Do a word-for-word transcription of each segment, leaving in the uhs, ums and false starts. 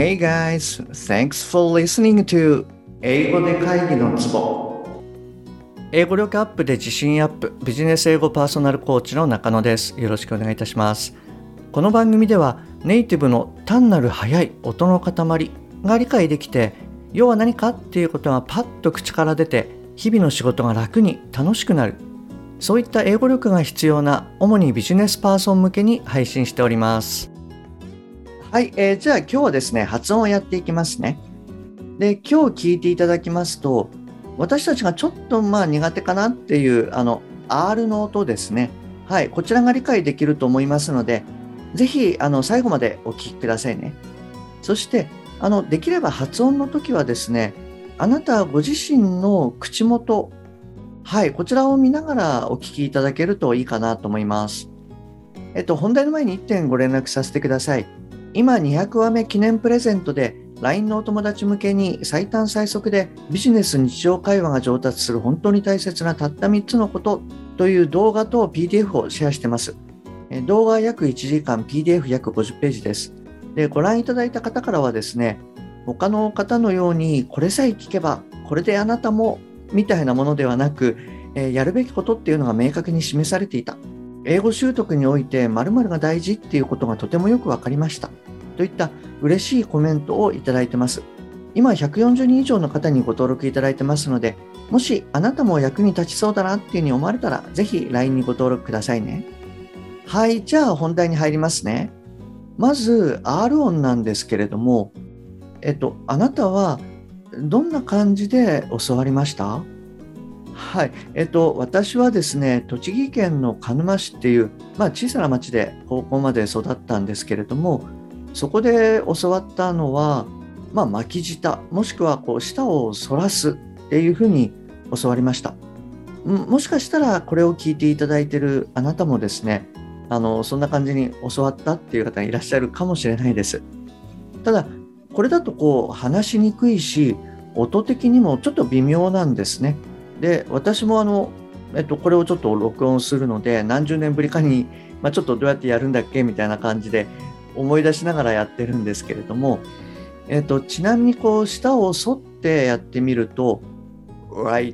Hey guys, thanks for listening to 英語で会議のツボ。英語力アップで自信アップ、ビジネス英語パーソナルコーチの中野です。よろしくお願いいたします。この番組ではネイティブの単なる速い音の塊が理解できて、要は何かっていうことがパッと口から出て、日々の仕事が楽に楽しくなる、そういった英語力が必要な主にビジネスパーソン向けに配信しております。はい、えー、じゃあ今日はですね、発音をやっていきますね。で、今日聞いていただきますと、私たちがちょっとまあ苦手かなっていうあの R の音ですね。はい、こちらが理解できると思いますので、ぜひあの最後までお聞きくださいね。そしてあのできれば発音の時はですね、あなたご自身の口元、はい、こちらを見ながらお聞きいただけるといいかなと思います。えっと、本題の前にいってんご連絡させてください。今にひゃくわめ記念プレゼントで ライン のお友達向けに最短最速でビジネス日常会話が上達する本当に大切なたったみっつのことという動画と ピーディーエフ をシェアしています。動画は約いちじかん、ピーディーエフ約ごじゅっページです。で、ご覧いただいた方からはですね、他の方のようにこれさえ聞けばこれであなたもみたいなものではなく、やるべきことっていうのが明確に示されていた。英語習得において〇〇が大事っていうことがとてもよくわかりましたといった嬉しいコメントをいただいてます。今ひゃくよんじゅうにん以上の方にご登録いただいてますので、もしあなたも役に立ちそうだなっていうふうに思われたら、ぜひ ライン にご登録くださいね。はい、じゃあ本題に入りますね。まず R 音なんですけれども、えっと、あなたはどんな感じで教わりました？はい、えっと、私はですね、栃木県の鹿沼市っていう、まあ、小さな町で高校まで育ったんですけれども、そこで教わったのは、まあ、巻き舌、もしくはこう舌を反らすっていうふうに教わりました。もしかしたらこれを聞いていただいているあなたもですね、あのそんな感じに教わったっていう方がいらっしゃるかもしれないです。ただ、これだとこう話しにくいし、音的にもちょっと微妙なんですね。で、私もあの、えっと、これをちょっと録音するので、何十年ぶりかに、まあ、ちょっとどうやってやるんだっけみたいな感じで思い出しながらやってるんですけれども、えっと、ちなみにこう舌を反ってやってみると right,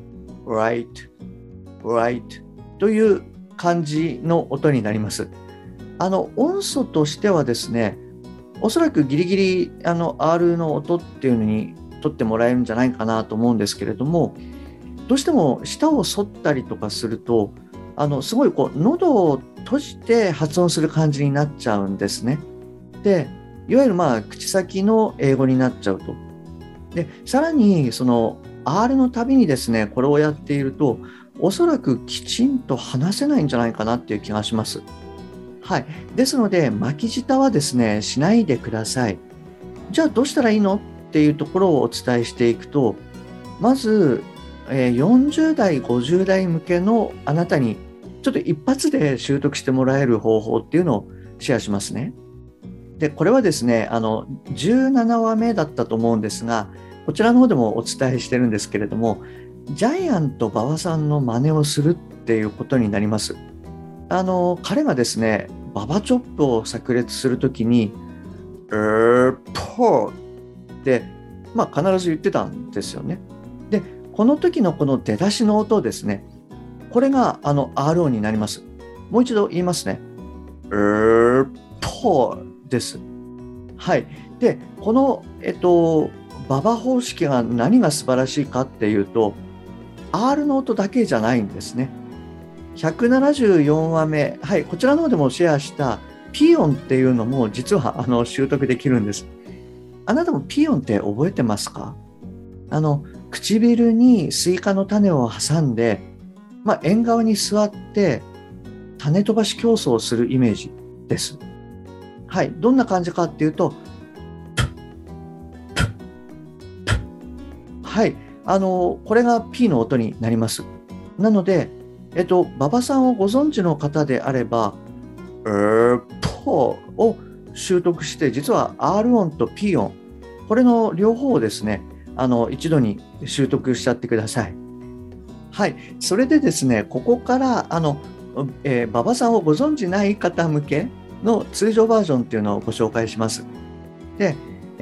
right, right という感じの音になります。あの音素としてはですね、おそらくギリギリあの R の音っていうのに取ってもらえるんじゃないかなと思うんですけれども、どうしても舌を反ったりとかすると、あのすごいこう喉を閉じて発音する感じになっちゃうんですね。で、いわゆるまあ口先の英語になっちゃうと。で、さらにその R のたびにですね、これをやっていると、おそらくきちんと話せないんじゃないかなっていう気がします。はい。ですので、巻き舌はですね、しないでください。じゃあどうしたらいいのっていうところをお伝えしていくと、まず、よんじゅう代、ごじゅう代向けのあなたにちょっと一発で習得してもらえる方法っていうのをシェアしますね。で、これはですね、あのじゅうななわめだったと思うんですが、こちらの方でもお伝えしてるんですけれども、ジャイアント馬場さんの真似をするっていうことになります。あの彼がですね、ババチョップを炸裂するときにエーポーって、まあ、必ず言ってたんですよね。で、この時のこの出だしの音ですね、これがあの R 音になります。もう一度言いますね。エーポーです。はい。で、この、えっと、ババ方式が何が素晴らしいかっていうと、R の音だけじゃないんですね。ひゃくななじゅうよんわめ、はい、こちらの方でもシェアしたピー音っていうのも実はあの習得できるんです。あなたもピー音って覚えてますか？あの唇にスイカの種を挟んで、まあ、縁側に座って種飛ばし競争をするイメージです。はい、どんな感じかっていうと、はい、あのこれが P の音になります。なので、えっと、馬場さんをご存知の方であれば、えー、ポーを習得して、実は R 音と P 音、これの両方をですね、あの一度に習得しちゃってください。はい、それでですね、ここからあの、えー、馬場さんをご存知ない方向けの通常バージョンっていうのをご紹介します。で、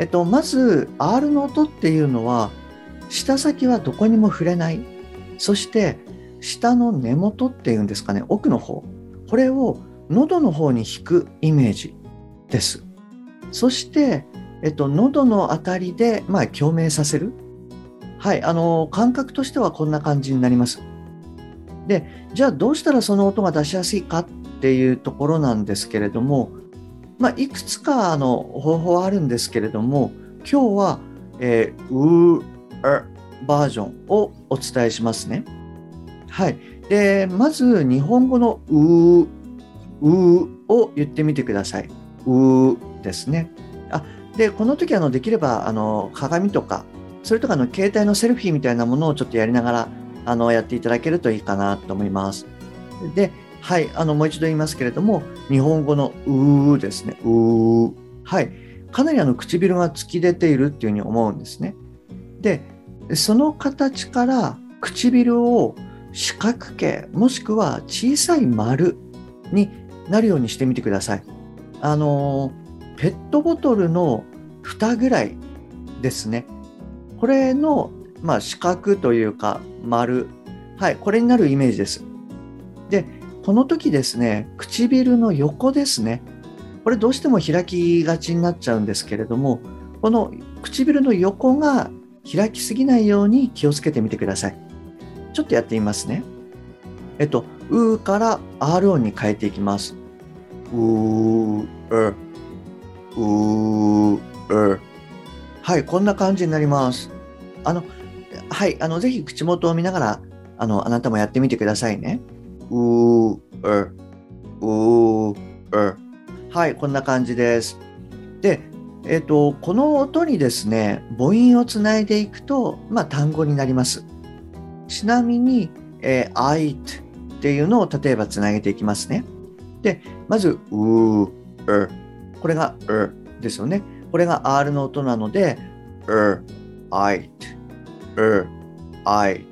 えっと、まず R の音っていうのは舌先はどこにも触れない。そして舌の根元っていうんですかね、奥の方、これを喉の方に引くイメージです。そして、えっと、喉のあたりで、まあ、共鳴させる。はい、あの感覚としてはこんな感じになります。で、じゃあどうしたらその音が出しやすいかっていうところなんですけれども、まあ、いくつかあの方法はあるんですけれども、今日は、えー、うー、あバージョンをお伝えしますね。はい。で、まず日本語のうー、うーを言ってみてください。うーですね。あ、で、この時あのできればあの鏡とか、それとかの携帯のセルフィーみたいなものをちょっとやりながらあのやっていただけるといいかなと思います。で、はい、あのもう一度言いますけれども、日本語のうーですね。うー。はい。かなりあの唇が突き出ているっていうふうに思うんですね。で、その形から唇を四角形もしくは小さい丸になるようにしてみてください。あのペットボトルの蓋ぐらいですね。これの、まあ、四角というか丸、はい、これになるイメージです。で、この時ですね、唇の横ですね。これどうしても開きがちになっちゃうんですけれども、この唇の横が開きすぎないように気をつけてみてください。ちょっとやってみますね。えっと、うーから R 音に変えていきます。うー、う、うー、う。はい、こんな感じになります。あの、はい、あの、ぜひ口元を見ながら、あの、あなたもやってみてくださいね。うー、う、うー、う。はい、こんな感じです。で、えっと、この音にですね、母音をつないでいくと、まあ、単語になります。ちなみに、えー、I t っていうのを例えばつなげていきますね。で、まず、うー、う。これが、うですよね。これが R の音なので、う、I t、う、I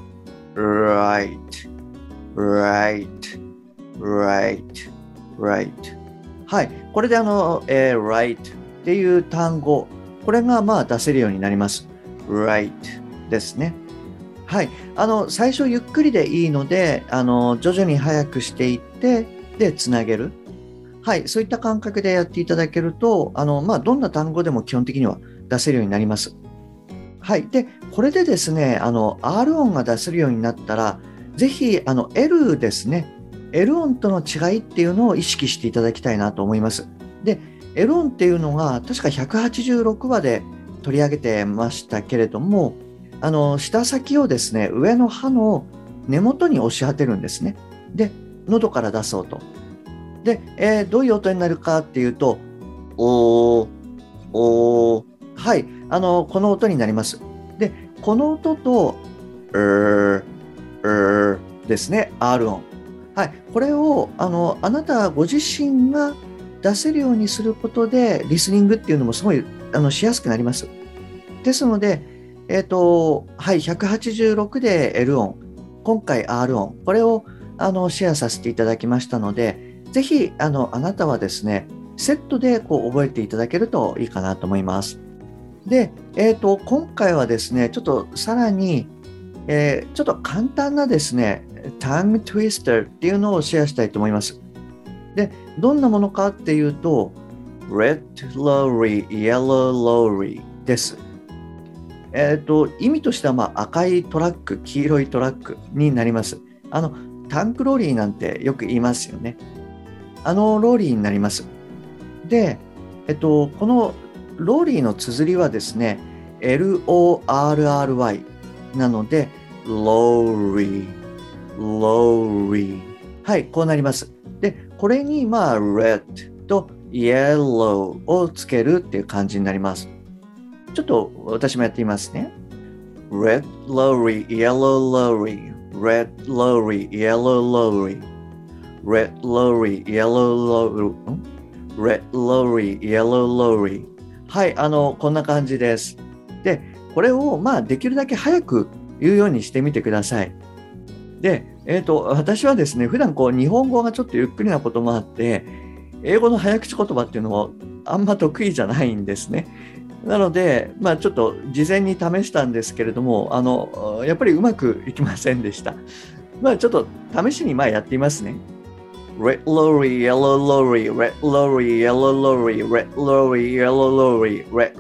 t、right、right、right、right。はい。これであの、えー、right っていう単語、これがまあ出せるようになります。right ですね。はい。あの、最初ゆっくりでいいので、あの、徐々に速くしていって、で、つなげる。はい。そういった感覚でやっていただけると、あの、まあ、どんな単語でも基本的には出せるようになります。はい。で、これでですね、あの、R 音が出せるようになったら、ぜひ、あの、L ですね。L 音との違いっていうのを意識していただきたいなと思います。で、L 音っていうのが確かひゃくはちじゅうろくわで取り上げてましたけれども、あの、舌先をですね、上の歯の根元に押し当てるんですね。で、喉から出そうと。で、えーどういう音になるかっていうと、おー、おー、はい、あの、この音になります。で、この音と、うー、うーですね、R 音。はい、これを、あの、あなたご自身が出せるようにすることで、リスニングっていうのもすごい、あの、しやすくなります。ですので、えっと、はい、ひゃくはちじゅうろくで L 音、今回 R 音、これをあのシェアさせていただきましたので、ぜひあのあなたはですね、セットでこう覚えていただけるといいかなと思います。で、えっと、今回はですね、ちょっとさらに、えーちょっと簡単なですね、タングトゥイスターっていうのをシェアしたいと思います。で、どんなものかっていうと、Red Lorry, Yellow Lorry です。えっと、意味としては、まあ、赤いトラック、黄色いトラックになります。あの、タンクローリーなんてよく言いますよね。あのローリーになります。で、えっと、このローリーの綴りはですね、エルオーアールアールワイ なので、ローリー、ローリー。はい、こうなります。で、これに、まあ、red と yellow をつけるっていう感じになります。ちょっと私もやってみますね。Red lorry, yellow lorry, red lorry, yellow lorry, red lorry, yellow lorry, red lorry, yellow lorry。はい、あの、こんな感じです。で、これを、まあ、できるだけ早く言うようにしてみてください。で、えっと、私はですね、普段こう、日本語がちょっとゆっくりなこともあって、英語の早口言葉っていうのをあんま得意じゃないんですね。なので、まあ、ちょっと事前に試したんですけれども、あのやっぱりうまくいきませんでした。まあ、ちょっと試しにまあやってみますね。Red lorry, yellow lorry, red lorry, yellow lorry, red lorry, yellow lorry, red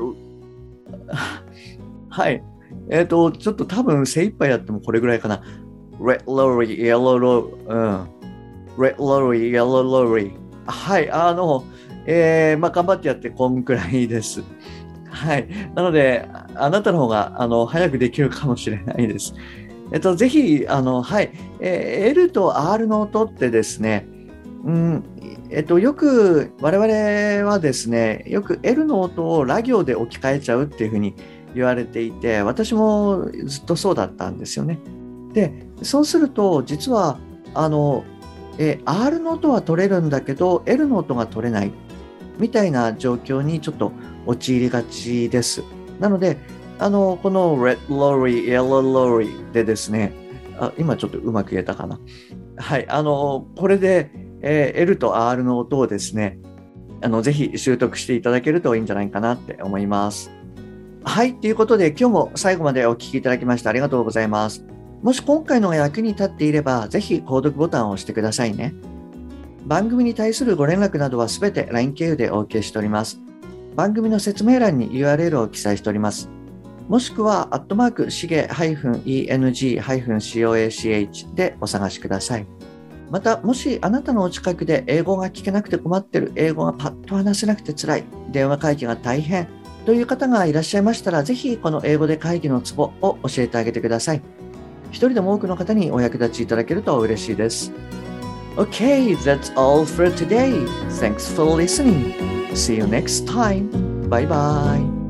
はい。えっと、ちょっと多分精一杯やってもこれぐらいかな。Red lorry, yellow lorry, うん。Red lorry, yellow lorry。はい。あの、えー、まあ頑張ってやってこんくらいです。はい。なので、あなたの方があの早くできるかもしれないです。えっと、ぜひ、あの、はい。えー、L と R の音ってですね、うん、えっと、よく我々はですね、よく L の音をラ行で置き換えちゃうっていうふうに言われていて、私もずっとそうだったんですよね。で、そうすると、実は、あの、え R の音は取れるんだけど、L の音が取れないみたいな状況にちょっと陥りがちです。なので、あの、この Red Lorry, Yellow Lorry でですね、あ、今ちょっとうまく言えたかな。はい、あの、これで、えー L と R の音をですね、あの、ぜひ習得していただけるといいんじゃないかなって思います。はい、ということで今日も最後までお聞きいただきましてありがとうございます。もし今回のが役に立っていれば、ぜひ購読ボタンを押してくださいね。番組に対するご連絡などはすべて ライン 経由でお受けしております。番組の説明欄に ユーアールエル を記載しております。もしくは、アットマーク、しげ -eng-coach でお探しください。また、もしあなたのお近くで英語が聞けなくて困っている、英語がパッと話せなくて辛い、電話会議が大変という方がいらっしゃいましたら、ぜひこの英語で会議のツボを教えてあげてください。一人でも多くの方にお役立ちいただけると嬉しいです。Okay, that's all for today. Thanks for listening. See you next time. Bye bye.